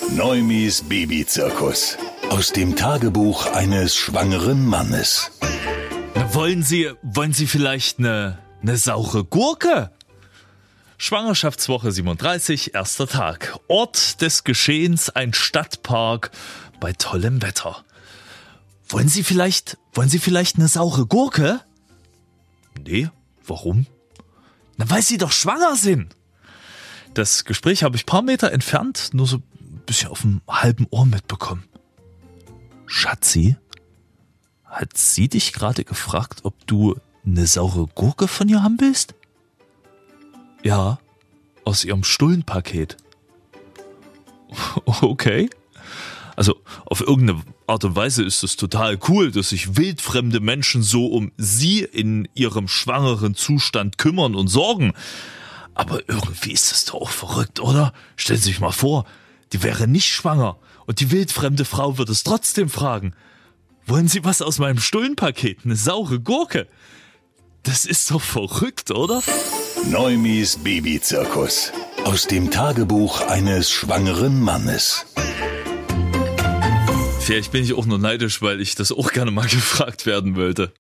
Neumis Babyzirkus. Aus dem Tagebuch eines schwangeren Mannes. Wollen Sie vielleicht eine saure Gurke? Schwangerschaftswoche 37, erster Tag. Ort des Geschehens, ein Stadtpark bei tollem Wetter. Wollen Sie vielleicht eine saure Gurke? Nee, warum? Weil Sie doch schwanger sind. Das Gespräch habe ich ein paar Meter entfernt, nur so ein bisschen auf dem halben Ohr mitbekommen. Schatzi, hat sie dich gerade gefragt, ob du eine saure Gurke von ihr haben willst? Ja, aus ihrem Stullenpaket. Okay. Also auf irgendeine Art und Weise ist es total cool, dass sich wildfremde Menschen so um sie in ihrem schwangeren Zustand kümmern und sorgen. Aber irgendwie ist das doch auch verrückt, oder? Stellen Sie sich mal vor, die wäre nicht schwanger und die wildfremde Frau würde es trotzdem fragen. Wollen Sie was aus meinem Stullenpaket? Eine saure Gurke? Das ist doch verrückt, oder? Neumis Babyzirkus. Aus dem Tagebuch eines schwangeren Mannes. Vielleicht bin ich auch nur neidisch, weil ich das auch gerne mal gefragt werden wollte.